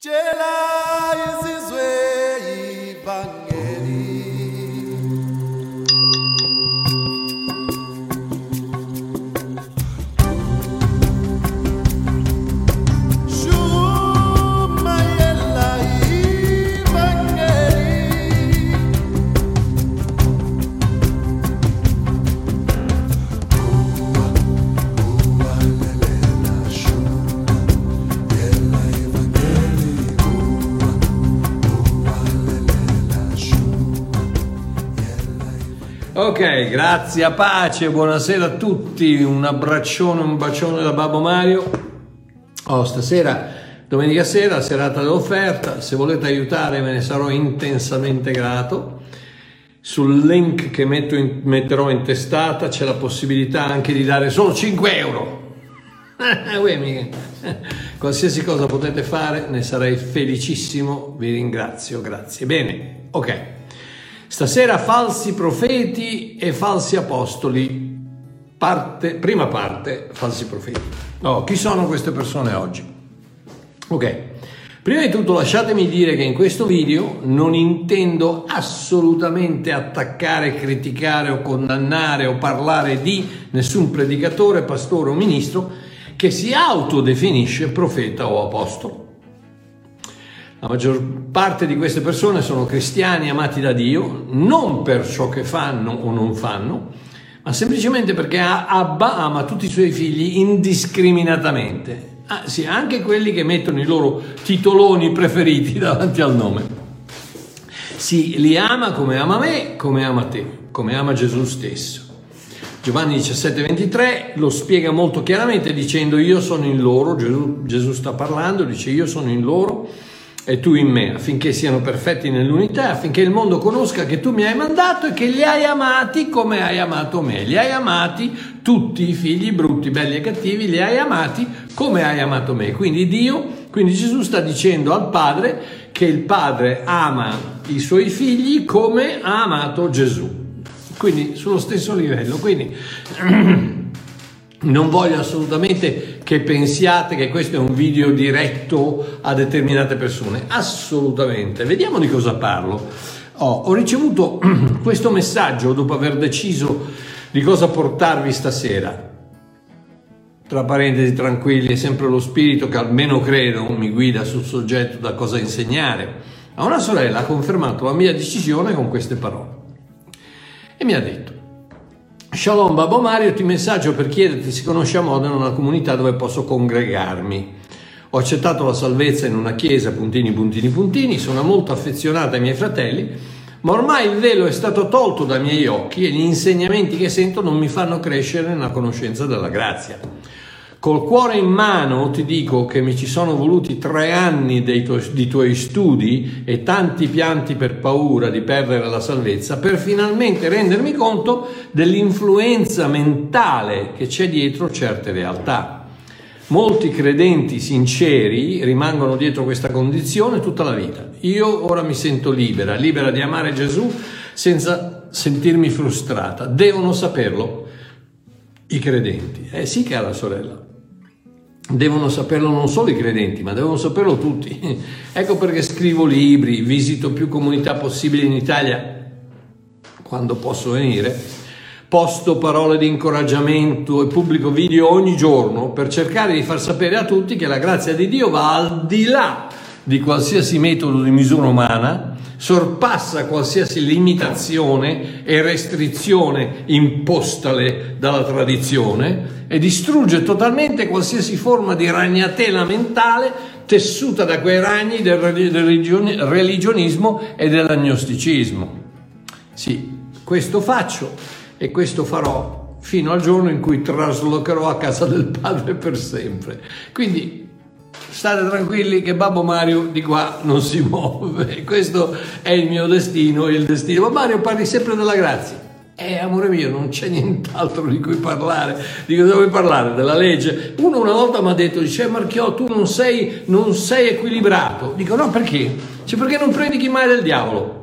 Ok, grazie, pace, buonasera a tutti, un abbraccione, un bacione da Babbo Mario. Stasera, domenica sera, serata dell'offerta, se volete aiutare me ne sarò intensamente grato. Sul link che metterò in testata c'è la possibilità anche di dare solo 5 euro. Qualsiasi cosa potete fare, ne sarei felicissimo, vi ringrazio, grazie. Bene, ok. Stasera falsi profeti e falsi apostoli, prima parte, falsi profeti. Chi sono queste persone oggi? Ok, prima di tutto lasciatemi dire che in questo video non intendo assolutamente attaccare, criticare o condannare o parlare di nessun predicatore, pastore o ministro che si autodefinisce profeta o apostolo. La maggior parte di queste persone sono cristiani amati da Dio, non per ciò che fanno o non fanno, ma semplicemente perché Abba ama tutti i suoi figli indiscriminatamente. Sì, anche quelli che mettono i loro titoloni preferiti davanti al nome. Sì, li ama come ama me, come ama te, come ama Gesù stesso. Giovanni 17,23 lo spiega molto chiaramente dicendo: io sono in loro, Gesù sta parlando, dice io sono in loro e tu in me, affinché siano perfetti nell'unità, affinché il mondo conosca che tu mi hai mandato e che li hai amati come hai amato me. Li hai amati tutti i figli, brutti, belli e cattivi, li hai amati come hai amato me. Quindi Gesù sta dicendo al Padre che il Padre ama i suoi figli come ha amato Gesù. Quindi sullo stesso livello. Quindi non voglio assolutamente che pensiate che questo è un video diretto a determinate persone, assolutamente. Vediamo di cosa parlo. Ho ricevuto questo messaggio dopo aver deciso di cosa portarvi stasera. Tra parentesi, tranquilli, è sempre lo spirito che almeno credo mi guida sul soggetto da cosa insegnare. A una sorella ha confermato la mia decisione con queste parole e mi ha detto: Shalom Babbo Mario, ti messaggio per chiederti se conosci a Modena una comunità dove posso congregarmi. Ho accettato la salvezza in una chiesa, puntini, sono molto affezionata ai miei fratelli, ma ormai il velo è stato tolto dai miei occhi e gli insegnamenti che sento non mi fanno crescere nella conoscenza della grazia. Col cuore in mano ti dico che mi ci sono voluti 3 anni di tuoi studi e tanti pianti per paura di perdere la salvezza per finalmente rendermi conto dell'influenza mentale che c'è dietro certe realtà. Molti credenti sinceri rimangono dietro questa condizione tutta la vita. Io ora mi sento libera di amare Gesù senza sentirmi frustrata. Devono saperlo i credenti. Sì, cara sorella. Devono saperlo non solo i credenti, ma devono saperlo tutti. Ecco perché scrivo libri, visito più comunità possibili in Italia quando posso venire, posto parole di incoraggiamento e pubblico video ogni giorno per cercare di far sapere a tutti che la grazia di Dio va al di là di qualsiasi metodo di misura umana, sorpassa qualsiasi limitazione e restrizione impostale dalla tradizione e distrugge totalmente qualsiasi forma di ragnatela mentale tessuta da quei ragni del religionismo e dell'agnosticismo. Sì, questo faccio e questo farò fino al giorno in cui traslocherò a casa del Padre per sempre. Quindi state tranquilli che Babbo Mario di qua non si muove, questo è il mio destino, il destino. Ma Mario, parli sempre della grazia. Amore mio, non c'è nient'altro di cui parlare. Di cosa vuoi parlare? Della legge? Uno una volta mi ha detto, dice: Marchiò, tu non sei equilibrato. Dico: no, perché? Perché non predichi mai del diavolo.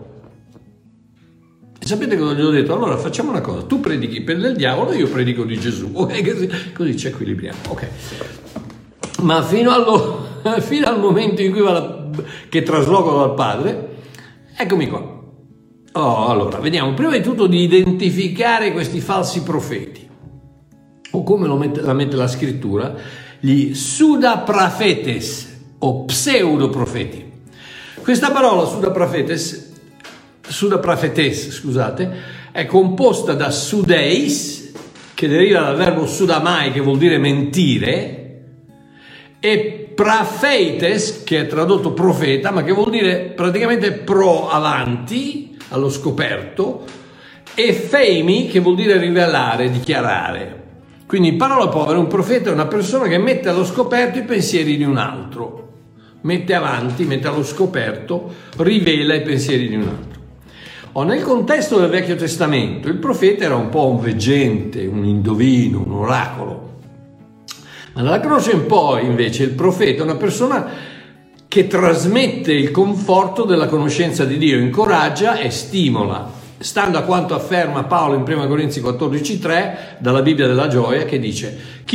E sapete cosa gli ho detto? Allora facciamo una cosa, tu predichi per del diavolo, io predico di Gesù, okay? Così ci equilibriamo, ok? ma fino al momento in cui che trasloco dal Padre, eccomi qua. Allora, vediamo prima di tutto di identificare questi falsi profeti, o come la mette la scrittura, gli pseudoprofetes o pseudoprofeti. Questa parola pseudoprofetes, scusate, è composta da pseudeis, che deriva dal verbo pseudamai, che vuol dire mentire, e prophetes, che è tradotto profeta, ma che vuol dire praticamente pro, avanti, allo scoperto, e feimi, che vuol dire rivelare, dichiarare. Quindi in parole povere un profeta è una persona che mette allo scoperto i pensieri di un altro, mette avanti, mette allo scoperto, rivela i pensieri di un altro. Nel contesto del Vecchio Testamento il profeta era un po' un veggente, un indovino, un oracolo. Ma dalla croce in poi invece il profeta è una persona che trasmette il conforto della conoscenza di Dio, incoraggia e stimola, stando a quanto afferma Paolo in 1 Corinzi 14,3 dalla Bibbia della Gioia, che dice: chi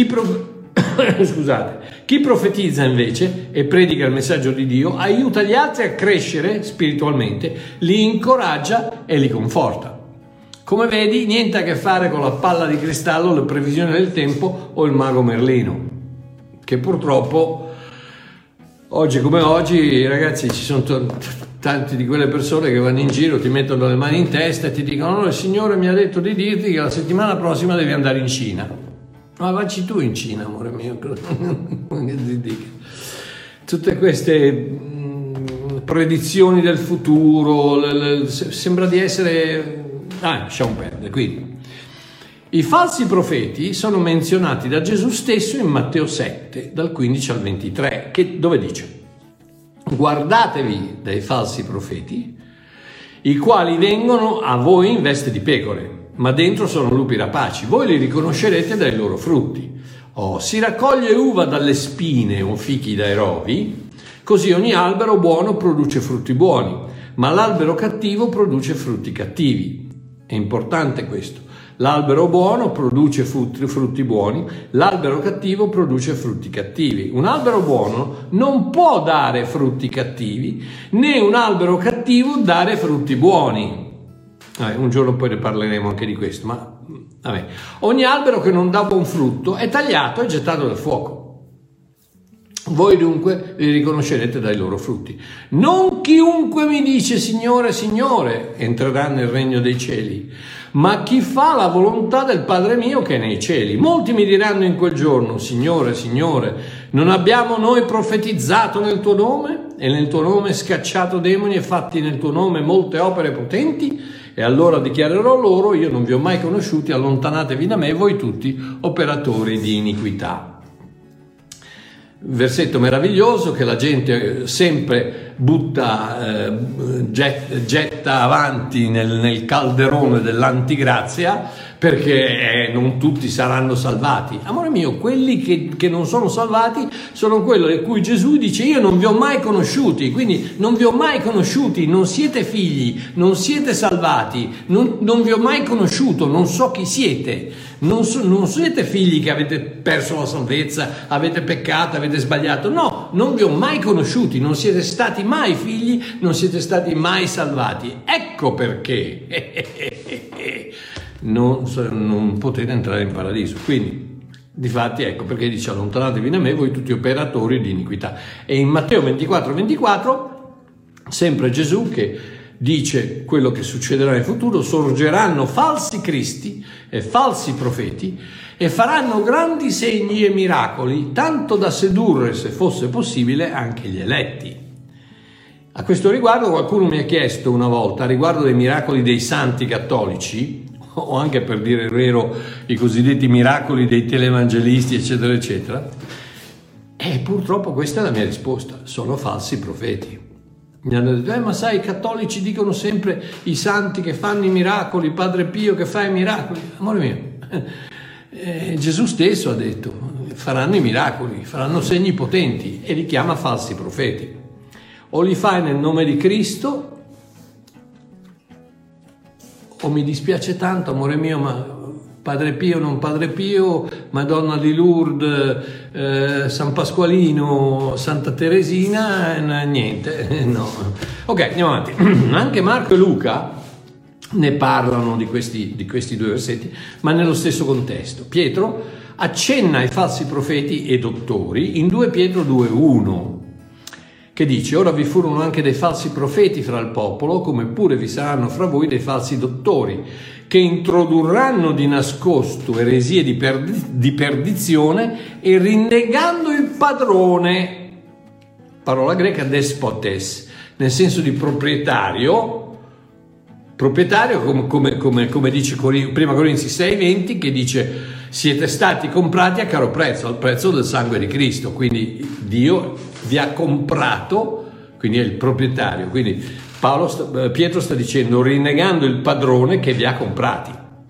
profetizza invece e predica il messaggio di Dio aiuta gli altri a crescere spiritualmente, li incoraggia e li conforta. Come vedi, niente a che fare con la palla di cristallo, le previsioni del tempo o il mago Merlino, che purtroppo oggi come oggi, ragazzi, ci sono tanti di quelle persone che vanno in giro, ti mettono le mani in testa e ti dicono: no, il Signore mi ha detto di dirti che la settimana prossima devi andare in Cina. Ma vacci tu in Cina, amore mio. Tutte queste predizioni del futuro, sembra di essere... lasciamo perdere. Quindi i falsi profeti sono menzionati da Gesù stesso in Matteo 7, dal 15 al 23, dove dice: guardatevi dai falsi profeti, i quali vengono a voi in veste di pecore, ma dentro sono lupi rapaci. Voi li riconoscerete dai loro frutti. Si raccoglie uva dalle spine o fichi dai rovi, così ogni albero buono produce frutti buoni, ma l'albero cattivo produce frutti cattivi. È importante questo. L'albero buono produce frutti buoni, l'albero cattivo produce frutti cattivi. Un albero buono non può dare frutti cattivi, né un albero cattivo dare frutti buoni. Un giorno poi ne parleremo anche di questo, ma vabbè. Ogni albero che non dà buon frutto è tagliato e gettato nel fuoco. Voi dunque li riconoscerete dai loro frutti. Non chiunque mi dice Signore, Signore, entrerà nel regno dei cieli, ma chi fa la volontà del Padre mio che è nei cieli. Molti mi diranno in quel giorno: Signore, Signore, non abbiamo noi profetizzato nel tuo nome e nel tuo nome scacciato demoni e fatti nel tuo nome molte opere potenti? E allora dichiarerò loro: io non vi ho mai conosciuti, allontanatevi da me voi tutti operatori di iniquità. Versetto meraviglioso che la gente sempre getta avanti nel calderone dell'antigrazia, perché non tutti saranno salvati. Amore mio, quelli che non sono salvati sono quelli a cui Gesù dice: io non vi ho mai conosciuti. Quindi non vi ho mai conosciuti, non siete figli, non siete salvati, non vi ho mai conosciuto, non so chi siete. Non siete figli che avete perso la salvezza, avete peccato, avete sbagliato. No, non vi ho mai conosciuti, non siete stati mai figli, non siete stati mai salvati. Ecco perché non potete entrare in paradiso. Quindi, difatti, ecco perché dice: allontanatevi da me voi tutti operatori di iniquità. E in Matteo 24, sempre Gesù che dice quello che succederà nel futuro: sorgeranno falsi cristi e falsi profeti e faranno grandi segni e miracoli, tanto da sedurre, se fosse possibile, anche gli eletti. A questo riguardo qualcuno mi ha chiesto una volta, a riguardo dei miracoli dei santi cattolici, o anche, per dire il vero, i cosiddetti miracoli dei televangelisti, eccetera, eccetera, e purtroppo questa è la mia risposta: sono falsi profeti. Mi hanno detto: ma sai, i cattolici dicono sempre i santi che fanno i miracoli, Padre Pio che fa i miracoli. Amore mio, Gesù stesso ha detto: faranno i miracoli, faranno segni potenti, e li chiama falsi profeti. O li fai nel nome di Cristo, o mi dispiace tanto, amore mio, ma Padre Pio, non Padre Pio, Madonna di Lourdes, San Pasqualino, Santa Teresina, niente, no. Ok, andiamo avanti. Anche Marco e Luca ne parlano di questi due versetti, ma nello stesso contesto. Pietro accenna ai falsi profeti e dottori in 2 Pietro 2,1, che dice: ora vi furono anche dei falsi profeti fra il popolo, come pure vi saranno fra voi dei falsi dottori, che introdurranno di nascosto eresie di perdizione e rinnegando il padrone, parola greca despotes, nel senso di proprietario, come dice prima Corinzi 6,20, che dice: siete stati comprati a caro prezzo, al prezzo del sangue di Cristo. Quindi Dio vi ha comprato, quindi è il proprietario. Quindi Pietro sta dicendo: rinnegando il padrone che vi ha comprati.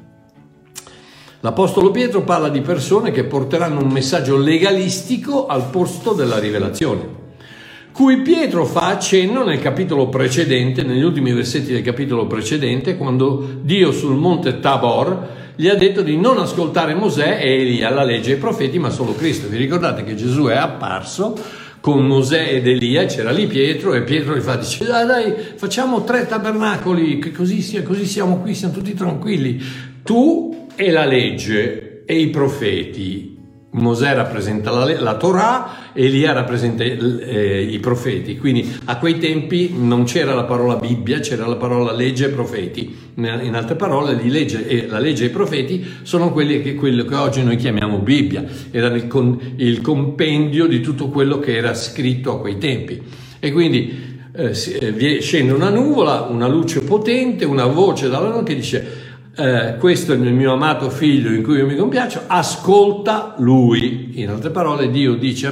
L'Apostolo Pietro parla di persone che porteranno un messaggio legalistico al posto della rivelazione, cui Pietro fa accenno nel capitolo precedente, negli ultimi versetti del capitolo precedente, quando Dio sul monte Tabor gli ha detto di non ascoltare Mosè e Elia, la legge e i profeti, ma solo Cristo. Vi ricordate che Gesù è apparso con Mosè ed Elia, c'era lì Pietro, e Pietro gli dice: dai, facciamo 3 tabernacoli, che così siamo qui, siamo tutti tranquilli. Tu e la legge e i profeti. Mosè rappresenta la Torah, Elia rappresenta i profeti. Quindi a quei tempi non c'era la parola Bibbia, c'era la parola legge e profeti. In altre parole, la legge e i profeti sono quello che oggi noi chiamiamo Bibbia. Era il compendio di tutto quello che era scritto a quei tempi. E quindi scende una nuvola, una luce potente, una voce dalla nuvole che dice: questo è il mio amato figlio in cui io mi compiaccio, ascolta lui. In altre parole, Dio dice a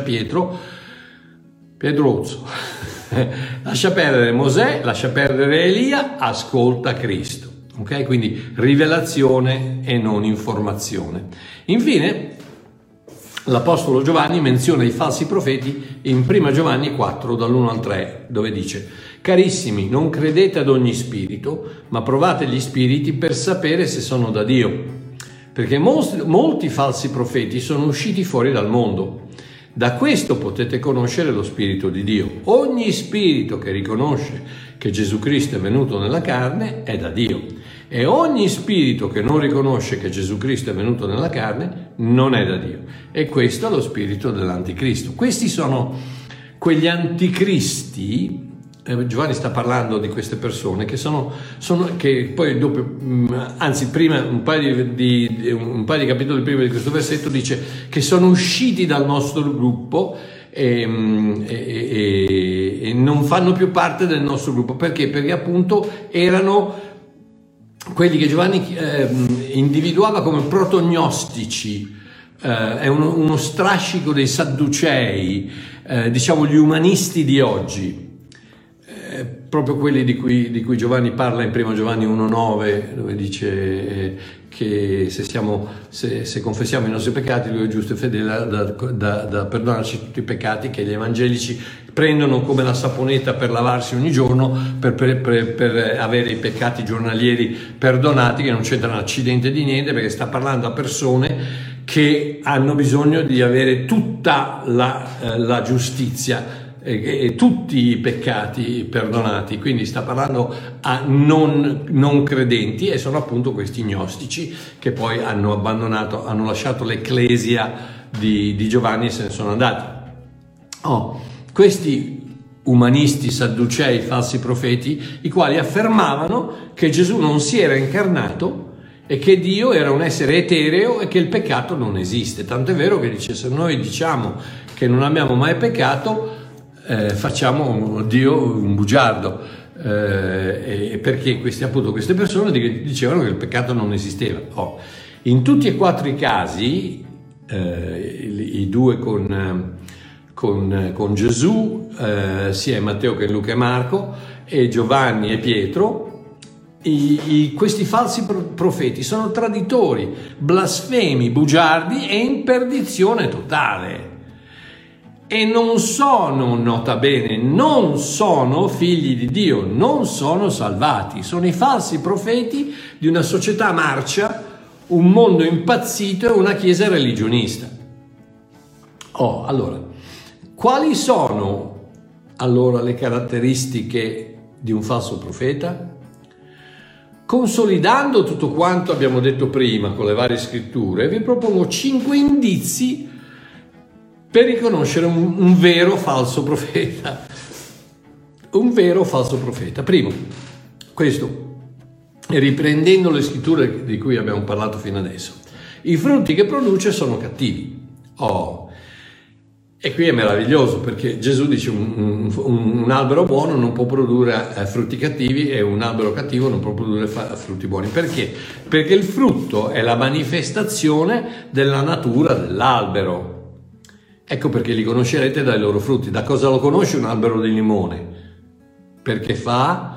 Piedrozzo, lascia perdere Mosè, lascia perdere Elia, ascolta Cristo. Ok? Quindi rivelazione e non informazione. Infine, l'Apostolo Giovanni menziona i falsi profeti in 1 Giovanni 4, dall'1 al 3, dove dice: carissimi, non credete ad ogni spirito, ma provate gli spiriti per sapere se sono da Dio, perché molti falsi profeti sono usciti fuori dal mondo. Da questo potete conoscere lo Spirito di Dio. Ogni spirito che riconosce che Gesù Cristo è venuto nella carne è da Dio, e ogni spirito che non riconosce che Gesù Cristo è venuto nella carne non è da Dio. E questo è lo spirito dell'anticristo. Questi sono quegli anticristi. Giovanni sta parlando di queste persone che che poi dopo, anzi prima un paio di capitoli prima di questo versetto dice che sono usciti dal nostro gruppo e non fanno più parte del nostro gruppo. Perché? Perché appunto erano quelli che Giovanni individuava come protognostici. È uno strascico dei sadducei, diciamo gli umanisti di oggi. Proprio quelli di cui Giovanni parla in 1 Giovanni 1,9, dove dice che se confessiamo i nostri peccati, Lui è giusto e fedele da perdonarci tutti i peccati, che gli evangelici prendono come la saponetta per lavarsi ogni giorno, per avere i peccati giornalieri perdonati, che non c'entrano accidente di niente, perché sta parlando a persone che hanno bisogno di avere tutta la giustizia e tutti i peccati perdonati. Quindi sta parlando a non credenti, e sono appunto questi gnostici che poi hanno lasciato l'ecclesia di Giovanni e se ne sono andati. Questi umanisti, sadducei, falsi profeti, i quali affermavano che Gesù non si era incarnato e che Dio era un essere etereo e che il peccato non esiste. Tanto è vero che dice: se noi diciamo che non abbiamo mai peccato, facciamo Dio un bugiardo, perché queste persone dicevano che il peccato non esisteva. In tutti e 4 i casi, i 2 con Gesù, sia in Matteo che in Luca e Marco, e Giovanni e Pietro, questi falsi profeti sono traditori, blasfemi, bugiardi e in perdizione totale. E non sono, nota bene, non sono figli di Dio, non sono salvati. Sono i falsi profeti di una società marcia, un mondo impazzito e una chiesa religionista. Allora, quali sono allora le caratteristiche di un falso profeta? Consolidando tutto quanto abbiamo detto prima con le varie scritture, vi propongo 5 indizi per riconoscere un vero falso profeta. Un vero falso profeta. Primo, questo, riprendendo le scritture di cui abbiamo parlato fino adesso, i frutti che produce sono cattivi. E qui è meraviglioso, perché Gesù dice un albero buono non può produrre frutti cattivi e un albero cattivo non può produrre frutti buoni. Perché? Perché il frutto è la manifestazione della natura dell'albero. Ecco perché li conoscerete dai loro frutti. Da cosa lo conosci un albero di limone? Perché fa,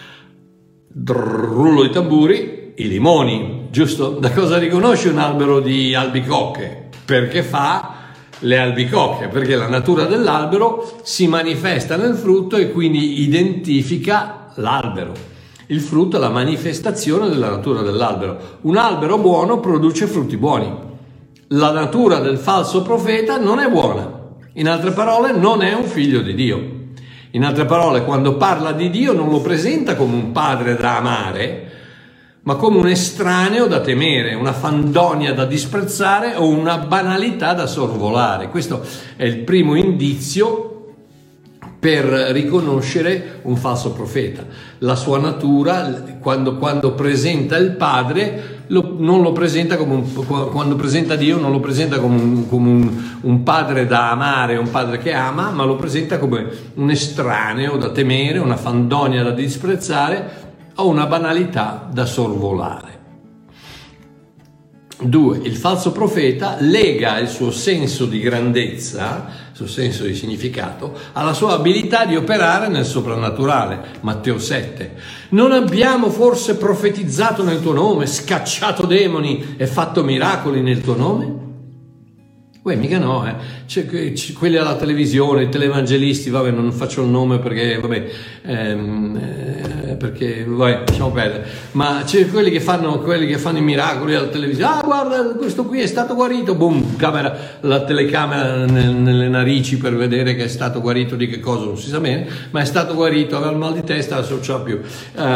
rullo di tamburi, i limoni, giusto? Da cosa riconosci un albero di albicocche? Perché fa le albicocche, perché la natura dell'albero si manifesta nel frutto e quindi identifica l'albero. Il frutto è la manifestazione della natura dell'albero. Un albero buono produce frutti buoni. La natura del falso profeta non è buona. In altre parole, non è un figlio di Dio. In altre parole, quando parla di Dio non lo presenta come un padre da amare, ma come un estraneo da temere, una fandonia da disprezzare o una banalità da sorvolare. Questo è il primo indizio per riconoscere un falso profeta. La sua natura, quando presenta il Padre, non lo presenta quando presenta Dio, non lo presenta come un padre da amare, un padre che ama, ma lo presenta come un estraneo da temere, una fandonia da disprezzare, o una banalità da sorvolare. 2. Il falso profeta lega il suo senso di grandezza, il suo senso di significato, alla sua abilità di operare nel soprannaturale. Matteo 7. Non abbiamo forse profetizzato nel tuo nome, scacciato demoni e fatto miracoli nel tuo nome? Mica no, quelli alla televisione, i televangelisti, vabbè, non faccio il nome perché, lasciamo perdere, ma c'è quelli che fanno i miracoli alla televisione. Guarda, questo qui è stato guarito, boom, la telecamera nelle narici per vedere che è stato guarito di che cosa, non si sa bene, ma è stato guarito, aveva il mal di testa, adesso non ce l'ha più.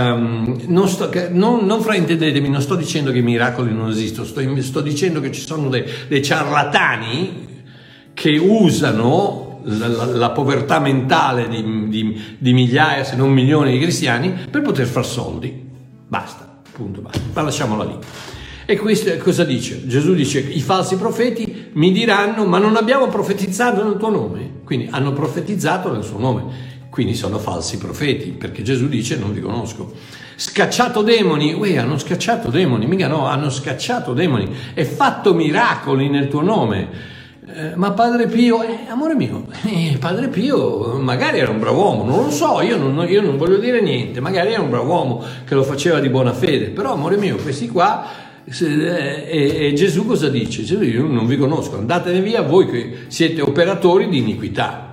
Non fraintendetemi, non sto dicendo che i miracoli non esistono, sto dicendo che ci sono dei ciarlatani che usano la povertà mentale di migliaia, se non milioni di cristiani per poter far soldi. Basta, punto, basta. Ma lasciamola lì. E questo cosa dice? Gesù dice: i falsi profeti mi diranno, ma non abbiamo profetizzato nel tuo nome. Quindi hanno profetizzato nel suo nome, quindi sono falsi profeti, perché Gesù dice: non vi conosco. Scacciato demoni, hanno scacciato demoni, mica no, hanno scacciato demoni e fatto miracoli nel tuo nome. Ma Padre Pio, amore mio, Padre Pio magari era un bravo uomo, non lo so, io non voglio dire niente, magari era un bravo uomo che lo faceva di buona fede, però amore mio, questi qua, e Gesù cosa dice? Gesù dice: io non vi conosco, andatene via voi che siete operatori di iniquità.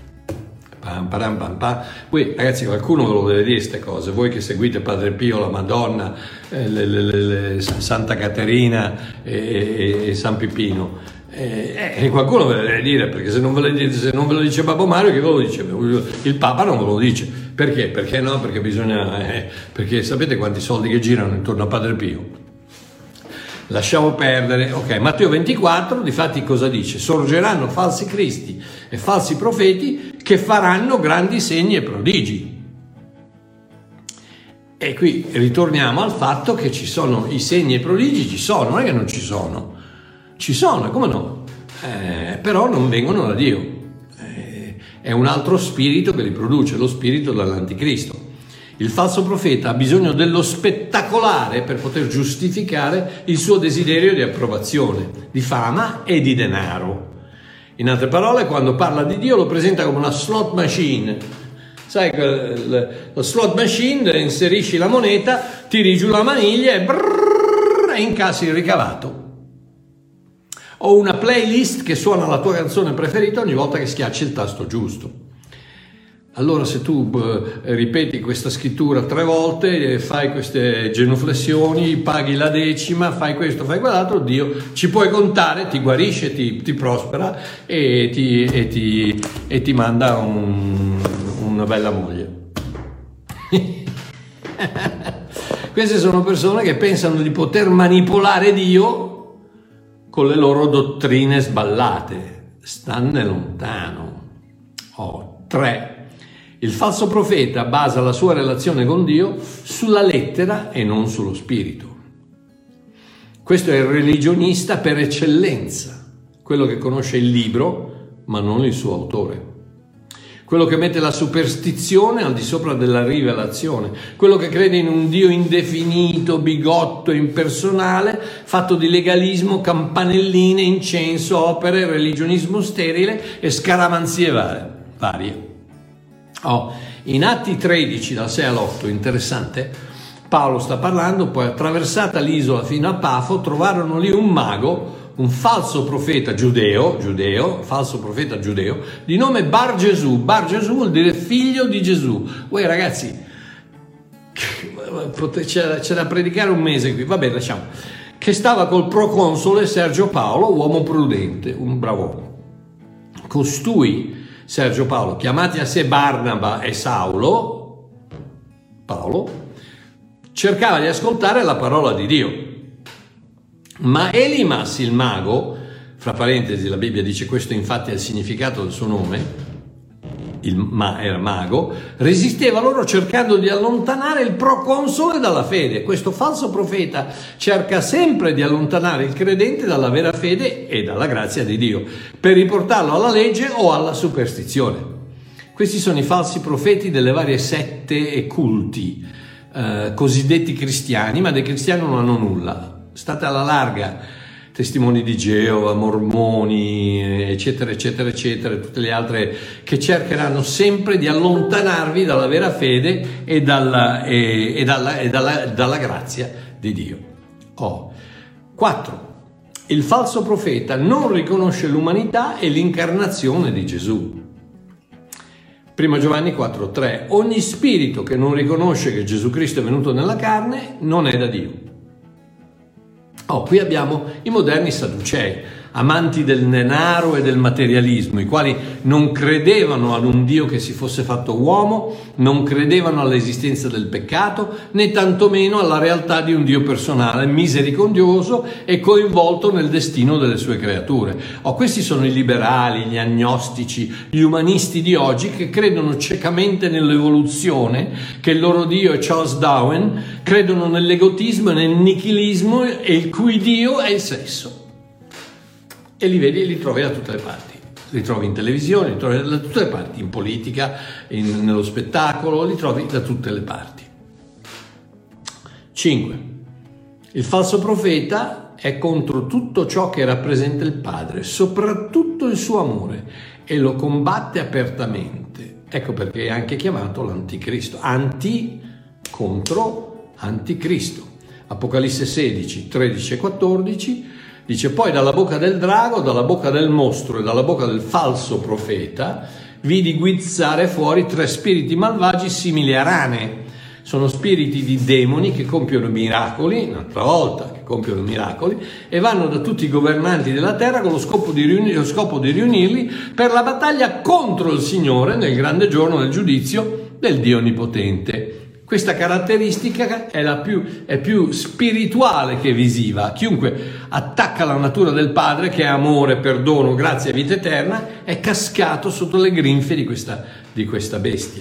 Poi ragazzi, qualcuno ve lo deve dire queste cose, voi che seguite Padre Pio, la Madonna, Santa Caterina e San Pipino, qualcuno ve lo deve dire, perché se non ve lo dice Babbo Mario, che ve lo dice? Il Papa non ve lo dice. Perché? Perché no? Perché bisogna, perché sapete quanti soldi che girano intorno a Padre Pio? Lasciamo perdere. Ok, Matteo 24, difatti cosa dice? Sorgeranno falsi cristi e falsi profeti che faranno grandi segni e prodigi. E qui ritorniamo al fatto che ci sono i segni e i prodigi, ci sono, non è che non ci sono, come no? Però non vengono da Dio, è un altro spirito che li produce, lo spirito dell'anticristo. Il falso profeta ha bisogno dello spettacolare per poter giustificare il suo desiderio di approvazione, di fama e di denaro. In altre parole, quando parla di Dio lo presenta come una slot machine. Sai, la slot machine, inserisci la moneta, tiri giù la maniglia e incassi il ricavato. O una playlist che suona la tua canzone preferita ogni volta che schiacci il tasto giusto. Allora se tu ripeti questa scrittura 3 volte, fai queste genuflessioni, paghi la decima, fai questo, fai quell'altro, Dio ci puoi contare, ti guarisce, ti prospera e ti manda una bella moglie. Queste sono persone che pensano di poter manipolare Dio con le loro dottrine sballate. Stanne lontano. 3. Il falso profeta basa la sua relazione con Dio sulla lettera e non sullo spirito. Questo è il religionista per eccellenza, quello che conosce il libro ma non il suo autore, quello che mette la superstizione al di sopra della rivelazione, quello che crede in un Dio indefinito, bigotto, impersonale, fatto di legalismo, campanelline, incenso, opere, religionismo sterile e scaramanzie varie. In Atti 13 dal 6 all'8, interessante, Paolo sta parlando, poi attraversata l'isola fino a Pafo trovarono lì un mago, un falso profeta giudeo, falso profeta giudeo, di nome Bar Gesù vuol dire figlio di Gesù. Voi ragazzi, c'è da predicare un mese qui, va bene, lasciamo, che stava col proconsole Sergio Paolo, uomo prudente, un bravo uomo. Costui, Sergio Paolo, chiamati a sé Barnaba e Saulo, Paolo, cercava di ascoltare la parola di Dio. Ma Elimas il mago, fra parentesi la Bibbia dice questo infatti è il significato del suo nome, era mago, resisteva loro cercando di allontanare il proconsole dalla fede. Questo falso profeta cerca sempre di allontanare il credente dalla vera fede e dalla grazia di Dio, per riportarlo alla legge o alla superstizione. Questi sono i falsi profeti delle varie sette e culti, cosiddetti cristiani, ma dei cristiani non hanno nulla. State alla larga, testimoni di Geova, mormoni, eccetera, eccetera, eccetera, tutte le altre che cercheranno sempre di allontanarvi dalla vera fede e dalla grazia di Dio. 4. Il falso profeta non riconosce l'umanità e l'incarnazione di Gesù. 1 Giovanni 4,3. Ogni spirito che non riconosce che Gesù Cristo è venuto nella carne non è da Dio. Qui abbiamo i moderni sadducei, amanti del denaro e del materialismo, i quali non credevano ad un Dio che si fosse fatto uomo, non credevano all'esistenza del peccato, né tantomeno alla realtà di un Dio personale, misericordioso e coinvolto nel destino delle sue creature. Questi sono i liberali, gli agnostici, gli umanisti di oggi che credono ciecamente nell'evoluzione, che il loro Dio è Charles Darwin, credono nell'egotismo e nel nichilismo e il cui Dio è il sesso. E li vedi e li trovi da tutte le parti. Li trovi in televisione, li trovi da tutte le parti, in politica, nello spettacolo, li trovi da tutte le parti. 5. Il falso profeta è contro tutto ciò che rappresenta il Padre, soprattutto il suo amore, e lo combatte apertamente. Ecco perché è anche chiamato l'anticristo. Contro anticristo. Apocalisse 16, 13 e 14 dice: poi dalla bocca del drago, dalla bocca del mostro e dalla bocca del falso profeta vidi guizzare fuori 3 spiriti malvagi simili a rane. Sono spiriti di demoni che compiono miracoli, un'altra volta che compiono miracoli, e vanno da tutti i governanti della terra con lo scopo di riunirli per la battaglia contro il Signore nel grande giorno del giudizio del Dio Onnipotente. Questa caratteristica è più spirituale che visiva. Chiunque attacca la natura del Padre, che è amore, perdono, grazia e vita eterna, è cascato sotto le grinfie di questa bestia.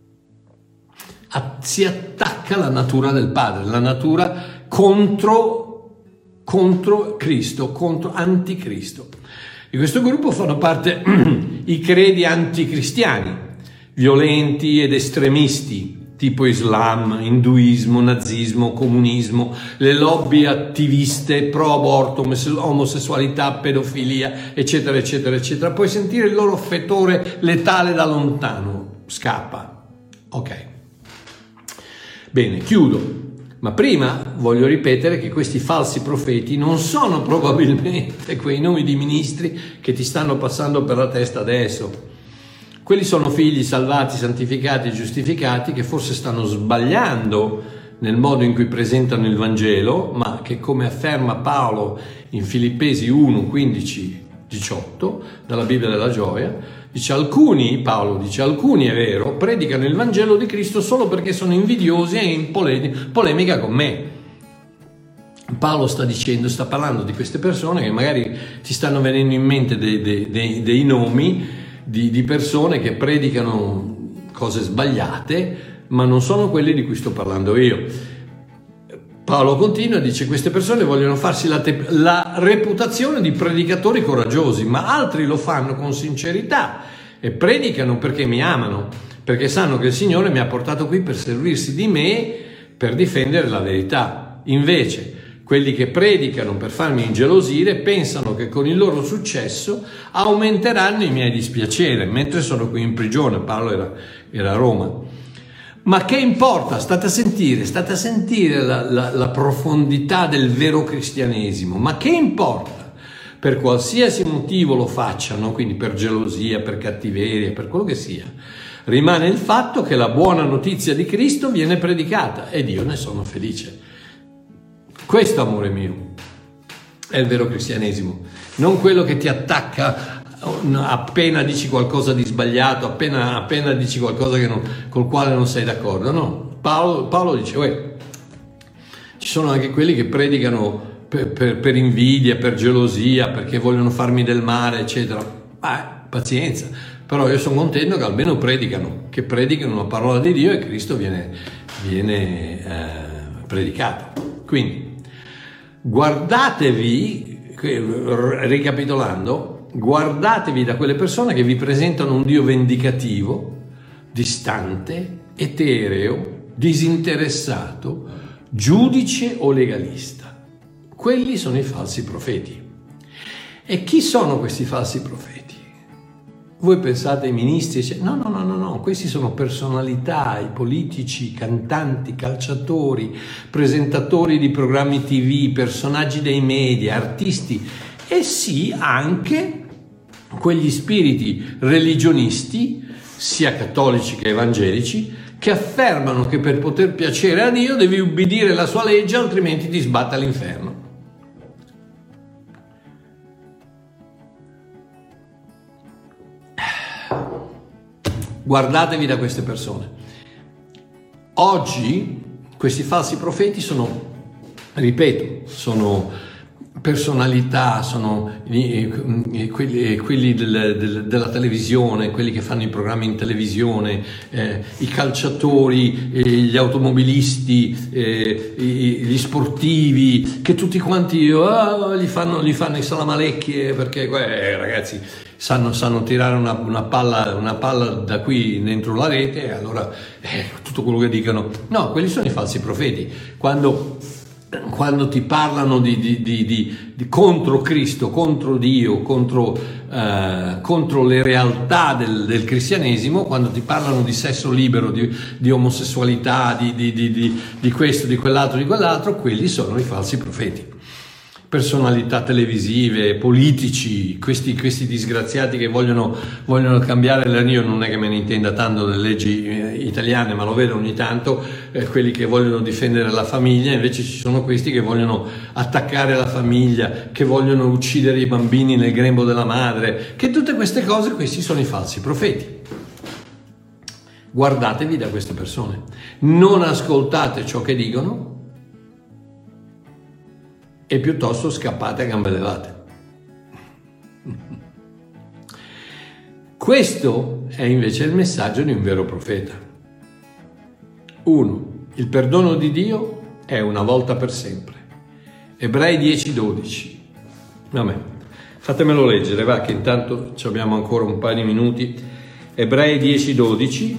Si attacca la natura del Padre, la natura contro Cristo, contro anticristo. Di questo gruppo fanno parte i credi anticristiani, violenti ed estremisti, tipo Islam, induismo, nazismo, comunismo, le lobby attiviste pro-aborto, omosessualità, pedofilia, eccetera, eccetera, eccetera. Puoi sentire il loro fetore letale da lontano. Scappa. Ok. Bene, chiudo. Ma prima voglio ripetere che questi falsi profeti non sono probabilmente quei nomi di ministri che ti stanno passando per la testa adesso. quelli sono figli salvati, santificati, giustificati, che forse stanno sbagliando nel modo in cui presentano il Vangelo, ma che, come afferma Paolo in Filippesi 1, 15, 18, dalla Bibbia della Gioia, dice Paolo dice, alcuni è vero, predicano il Vangelo di Cristo solo perché sono invidiosi e in polemica con me. Paolo sta parlando di queste persone che magari ti stanno venendo in mente dei nomi di persone che predicano cose sbagliate, ma non sono quelli di cui sto parlando io. Paolo continua e dice: queste persone vogliono farsi la reputazione di predicatori coraggiosi, ma altri lo fanno con sincerità e predicano perché mi amano, perché sanno che il Signore mi ha portato qui per servirsi di me, per difendere la verità. Invece quelli che predicano per farmi ingelosire pensano che con il loro successo aumenteranno i miei dispiaceri, mentre sono qui in prigione. Paolo era a Roma. Ma che importa? State a sentire la profondità del vero cristianesimo. Ma che importa? Per qualsiasi motivo lo facciano, quindi per gelosia, per cattiveria, per quello che sia, rimane il fatto che la buona notizia di Cristo viene predicata ed io ne sono felice. Questo, amore mio, è il vero cristianesimo, non quello che ti attacca appena dici qualcosa di sbagliato, appena dici qualcosa col quale non sei d'accordo. No, Paolo dice, ci sono anche quelli che predicano per invidia, per gelosia, perché vogliono farmi del male, eccetera. Pazienza, però io sono contento che almeno predicano la parola di Dio e Cristo viene predicato. Quindi guardatevi, ricapitolando, guardatevi da quelle persone che vi presentano un Dio vendicativo, distante, etereo, disinteressato, giudice o legalista. Quelli sono i falsi profeti. E chi sono questi falsi profeti? Voi pensate ai ministri? No, questi sono personalità, i politici, cantanti, calciatori, presentatori di programmi TV, personaggi dei media, artisti e sì, anche quegli spiriti religionisti, sia cattolici che evangelici, che affermano che per poter piacere a Dio devi ubbidire la sua legge, altrimenti ti sbatte all'inferno. Guardatevi da queste persone. Oggi questi falsi profeti sono personalità, sono quelli della televisione, quelli che fanno i programmi in televisione, i calciatori, gli automobilisti, gli sportivi, che tutti quanti gli fanno i salamalecchi perché ragazzi sanno tirare una palla da qui dentro la rete e allora tutto quello che dicono. No, quelli sono i falsi profeti. Quando ti parlano di contro Cristo, contro Dio, contro le realtà del cristianesimo, quando ti parlano di sesso libero, di omosessualità, di questo, di quell'altro, quelli sono i falsi profeti. Personalità televisive, politici, questi disgraziati che vogliono cambiare io non è che me ne intenda tanto delle leggi italiane, ma lo vedo ogni tanto, quelli che vogliono difendere la famiglia, invece ci sono questi che vogliono attaccare la famiglia, che vogliono uccidere i bambini nel grembo della madre, che tutte queste cose, questi sono i falsi profeti. Guardatevi da queste persone, non ascoltate ciò che dicono, e piuttosto scappate a gambe levate. Questo è invece il messaggio di un vero profeta. 1. Il perdono di Dio è una volta per sempre. Ebrei 10:12. Vabbè, fatemelo leggere, va, che intanto abbiamo ancora un paio di minuti. Ebrei 10:12.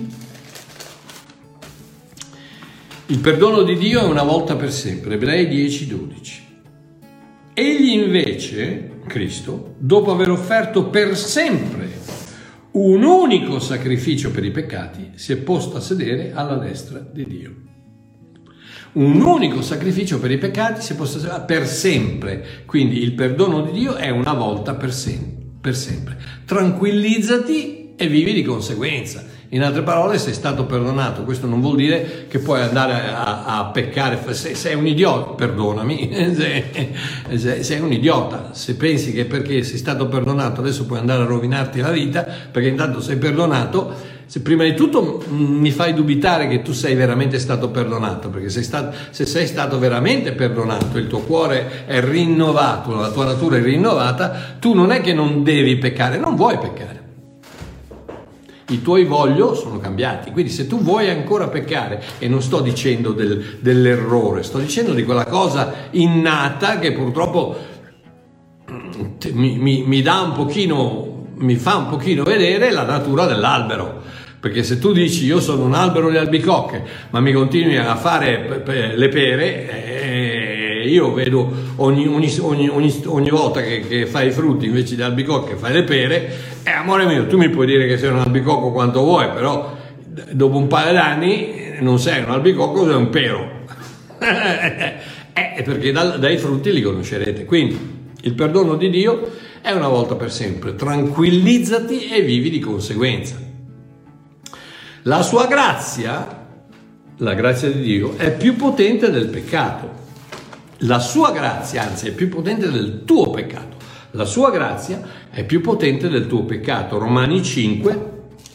Il perdono di Dio è una volta per sempre. Ebrei 10:12. Egli invece, Cristo, dopo aver offerto per sempre un unico sacrificio per i peccati, si è posto a sedere alla destra di Dio. Un unico sacrificio per i peccati si è posto a sedere per sempre. Quindi il perdono di Dio è una volta per sempre. Tranquillizzati e vivi di conseguenza. In altre parole, sei stato perdonato. Questo non vuol dire che puoi andare a peccare. Sei un idiota, perdonami, sei un idiota se pensi che perché sei stato perdonato adesso puoi andare a rovinarti la vita, perché intanto sei perdonato. Prima di tutto mi fai dubitare che tu sei veramente stato perdonato, perché se sei stato veramente perdonato, il tuo cuore è rinnovato, la tua natura è rinnovata, tu non è che non devi peccare, non vuoi peccare. I tuoi voglio sono cambiati, quindi se tu vuoi ancora peccare, e non sto dicendo dell'errore, sto dicendo di quella cosa innata che purtroppo mi dà un pochino, mi fa un pochino vedere la natura dell'albero. Perché se tu dici io sono un albero di albicocche ma mi continui a fare le pere, io vedo ogni volta che fai i frutti invece di albicocche fai le pere, amore mio, tu mi puoi dire che sei un albicocco quanto vuoi, però dopo un paio d'anni non sei un albicocco, sei un pero. Perché dai frutti li conoscerete. Quindi il perdono di Dio è una volta per sempre, tranquillizzati e vivi di conseguenza. La sua grazia, la grazia di Dio, è più potente del peccato. La sua grazia, anzi, è più potente del tuo peccato. La sua grazia è più potente del tuo peccato. Romani 5,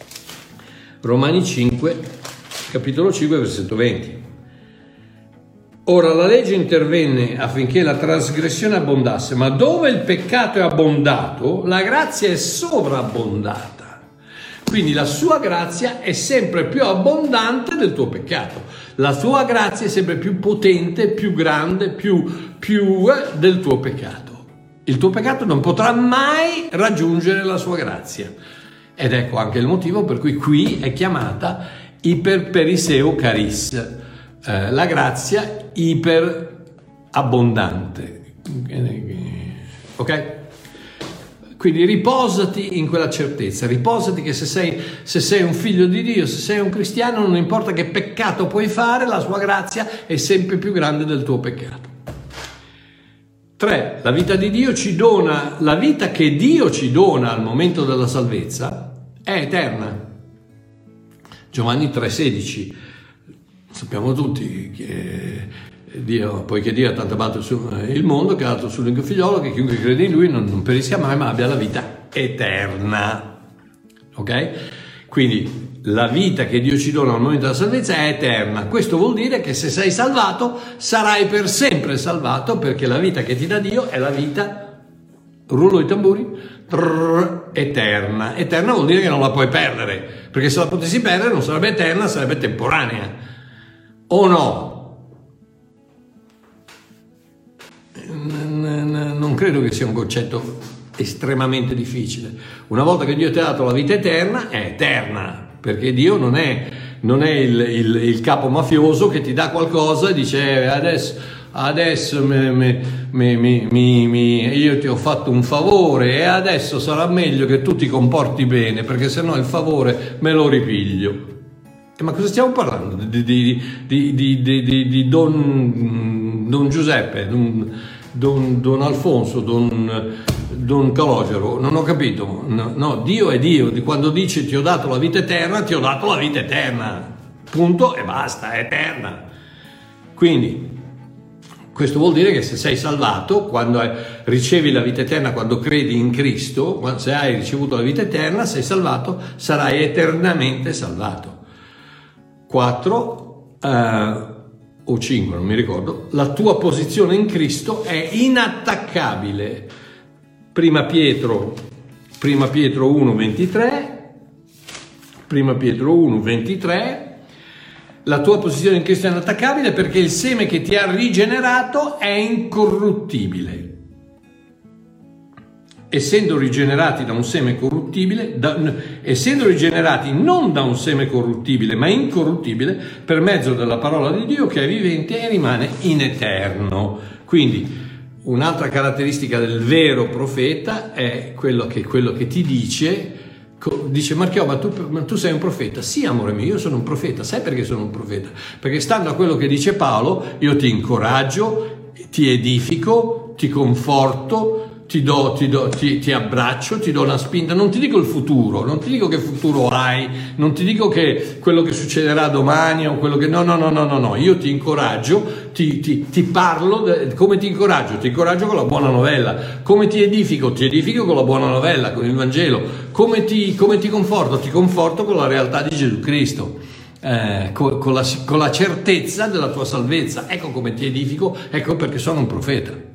capitolo 5, versetto 20. Ora la legge intervenne affinché la trasgressione abbondasse, ma dove il peccato è abbondato, la grazia è sovrabbondata. Quindi la sua grazia è sempre più abbondante del tuo peccato. La sua grazia è sempre più potente, più grande, più del tuo peccato. Il tuo peccato non potrà mai raggiungere la sua grazia. Ed ecco anche il motivo per cui qui è chiamata iperperiseo charis, la grazia iperabbondante. Ok? Quindi riposati in quella certezza, riposati che se sei un figlio di Dio, se sei un cristiano, non importa che peccato puoi fare, la sua grazia è sempre più grande del tuo peccato. 3. La vita di Dio ci dona, la vita che Dio ci dona al momento della salvezza è eterna. Giovanni 3,16. Sappiamo tutti che Dio, poiché Dio ha tanto amato il mondo che ha dato il suo unico figliolo, che chiunque crede in lui non perisca mai ma abbia la vita eterna. Ok? Quindi la vita che Dio ci dona al momento della salvezza è eterna. Questo vuol dire che se sei salvato sarai per sempre salvato, perché la vita che ti dà Dio è la vita, rullo i tamburi, eterna. Eterna vuol dire che non la puoi perdere, perché se la potessi perdere non sarebbe eterna, sarebbe temporanea. O no? Non credo che sia un concetto estremamente difficile. Una volta che Dio ti ha dato la vita eterna, è eterna, perché Dio non è il capo mafioso che ti dà qualcosa e dice adesso io ti ho fatto un favore e adesso sarà meglio che tu ti comporti bene, perché sennò il favore me lo ripiglio. Ma cosa stiamo parlando? Di Don Giuseppe, Don Alfonso, Don Calogero? Non ho capito. No, Dio è Dio. Quando dice ti ho dato la vita eterna, ti ho dato la vita eterna. Punto e basta, è eterna. Quindi questo vuol dire che se sei salvato, quando ricevi la vita eterna, quando credi in Cristo, se hai ricevuto la vita eterna, sei salvato, sarai eternamente salvato. 4 o 5, non mi ricordo, la tua posizione in Cristo è inattaccabile. Prima Pietro 1,23, la tua posizione in Cristo è inattaccabile perché il seme che ti ha rigenerato è incorruttibile. Essendo rigenerati da un seme corruttibile, essendo rigenerati non da un seme corruttibile ma incorruttibile per mezzo della parola di Dio che è vivente e rimane in eterno. Quindi un'altra caratteristica del vero profeta è quello che ti dice Marchio, ma tu sei un profeta? Sì, amore mio, io sono un profeta. Sai perché sono un profeta? Perché stando a quello che dice Paolo io ti incoraggio, ti edifico, ti conforto, ti abbraccio, ti do una spinta, non ti dico il futuro, non ti dico che futuro hai, non ti dico che quello che succederà domani o quello che... No, io ti incoraggio, ti parlo, come ti incoraggio con la buona novella, come ti edifico con la buona novella, con il Vangelo, come ti conforto con la realtà di Gesù Cristo. Con la certezza della tua salvezza. Ecco come ti edifico, ecco perché sono un profeta.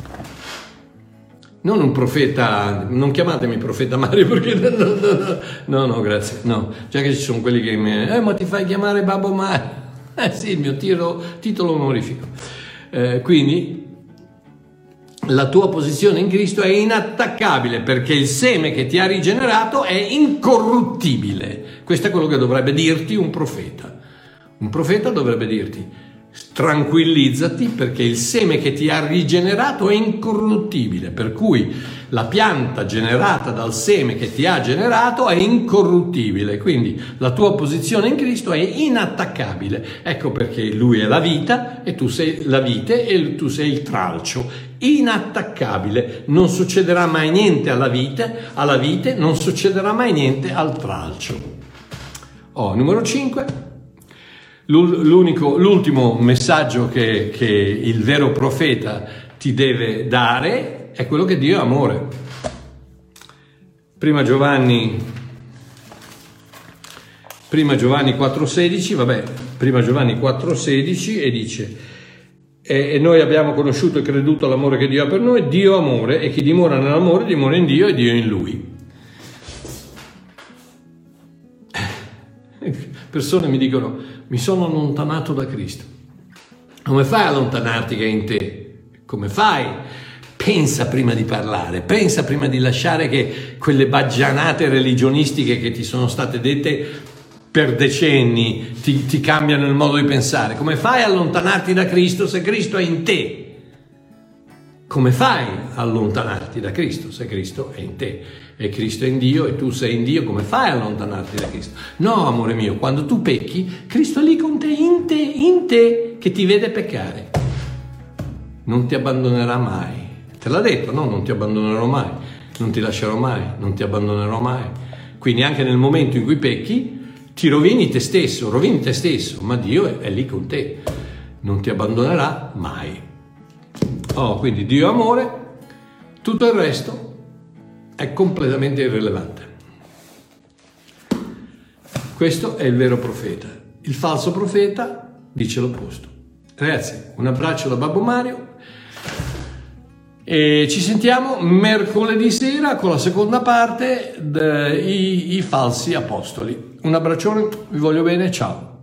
Non un profeta, non chiamatemi profeta Mario perché no, grazie, no, già che ci sono quelli che ma ti fai chiamare Babbo Mario, sì, il mio titolo onorifico. Quindi la tua posizione in Cristo è inattaccabile perché il seme che ti ha rigenerato è incorruttibile. Questo è quello che dovrebbe dirti un profeta. Un profeta dovrebbe dirti: tranquillizzati perché il seme che ti ha rigenerato è incorruttibile, per cui la pianta generata dal seme che ti ha generato è incorruttibile, quindi la tua posizione in Cristo è inattaccabile. Ecco perché Lui è la vita e tu sei la vite e tu sei il tralcio, inattaccabile. Non succederà mai niente alla vite non succederà mai niente al tralcio. Numero 5. L'ultimo messaggio che il vero profeta ti deve dare è quello che Dio è amore. Prima Giovanni 4,16, e dice: e noi abbiamo conosciuto e creduto all'amore che Dio ha per noi. Dio è amore, e chi dimora nell'amore dimora in Dio e Dio in lui. Persone mi dicono: mi sono allontanato da Cristo. Come fai a allontanarti che è in te? Come fai? Pensa prima di parlare, pensa prima di lasciare che quelle baggianate religionistiche che ti sono state dette per decenni ti cambiano il modo di pensare. Come fai a allontanarti da Cristo se Cristo è in te? Come fai a allontanarti da Cristo se Cristo è in te? E Cristo è in Dio e tu sei in Dio, come fai a allontanarti da Cristo? No, amore mio, quando tu pecchi, Cristo è lì con te, in te, che ti vede peccare. Non ti abbandonerà mai. Te l'ha detto, no? Non ti abbandonerò mai, non ti lascerò mai, non ti abbandonerò mai. Quindi anche nel momento in cui pecchi, ti rovini te stesso, ma Dio è lì con te. Non ti abbandonerà mai. Quindi Dio è amore, tutto il resto è completamente irrilevante. Questo è il vero profeta. Il falso profeta dice l'opposto. Ragazzi, un abbraccio da Babbo Mario e ci sentiamo mercoledì sera con la seconda parte dei falsi apostoli. Un abbraccione, vi voglio bene, ciao.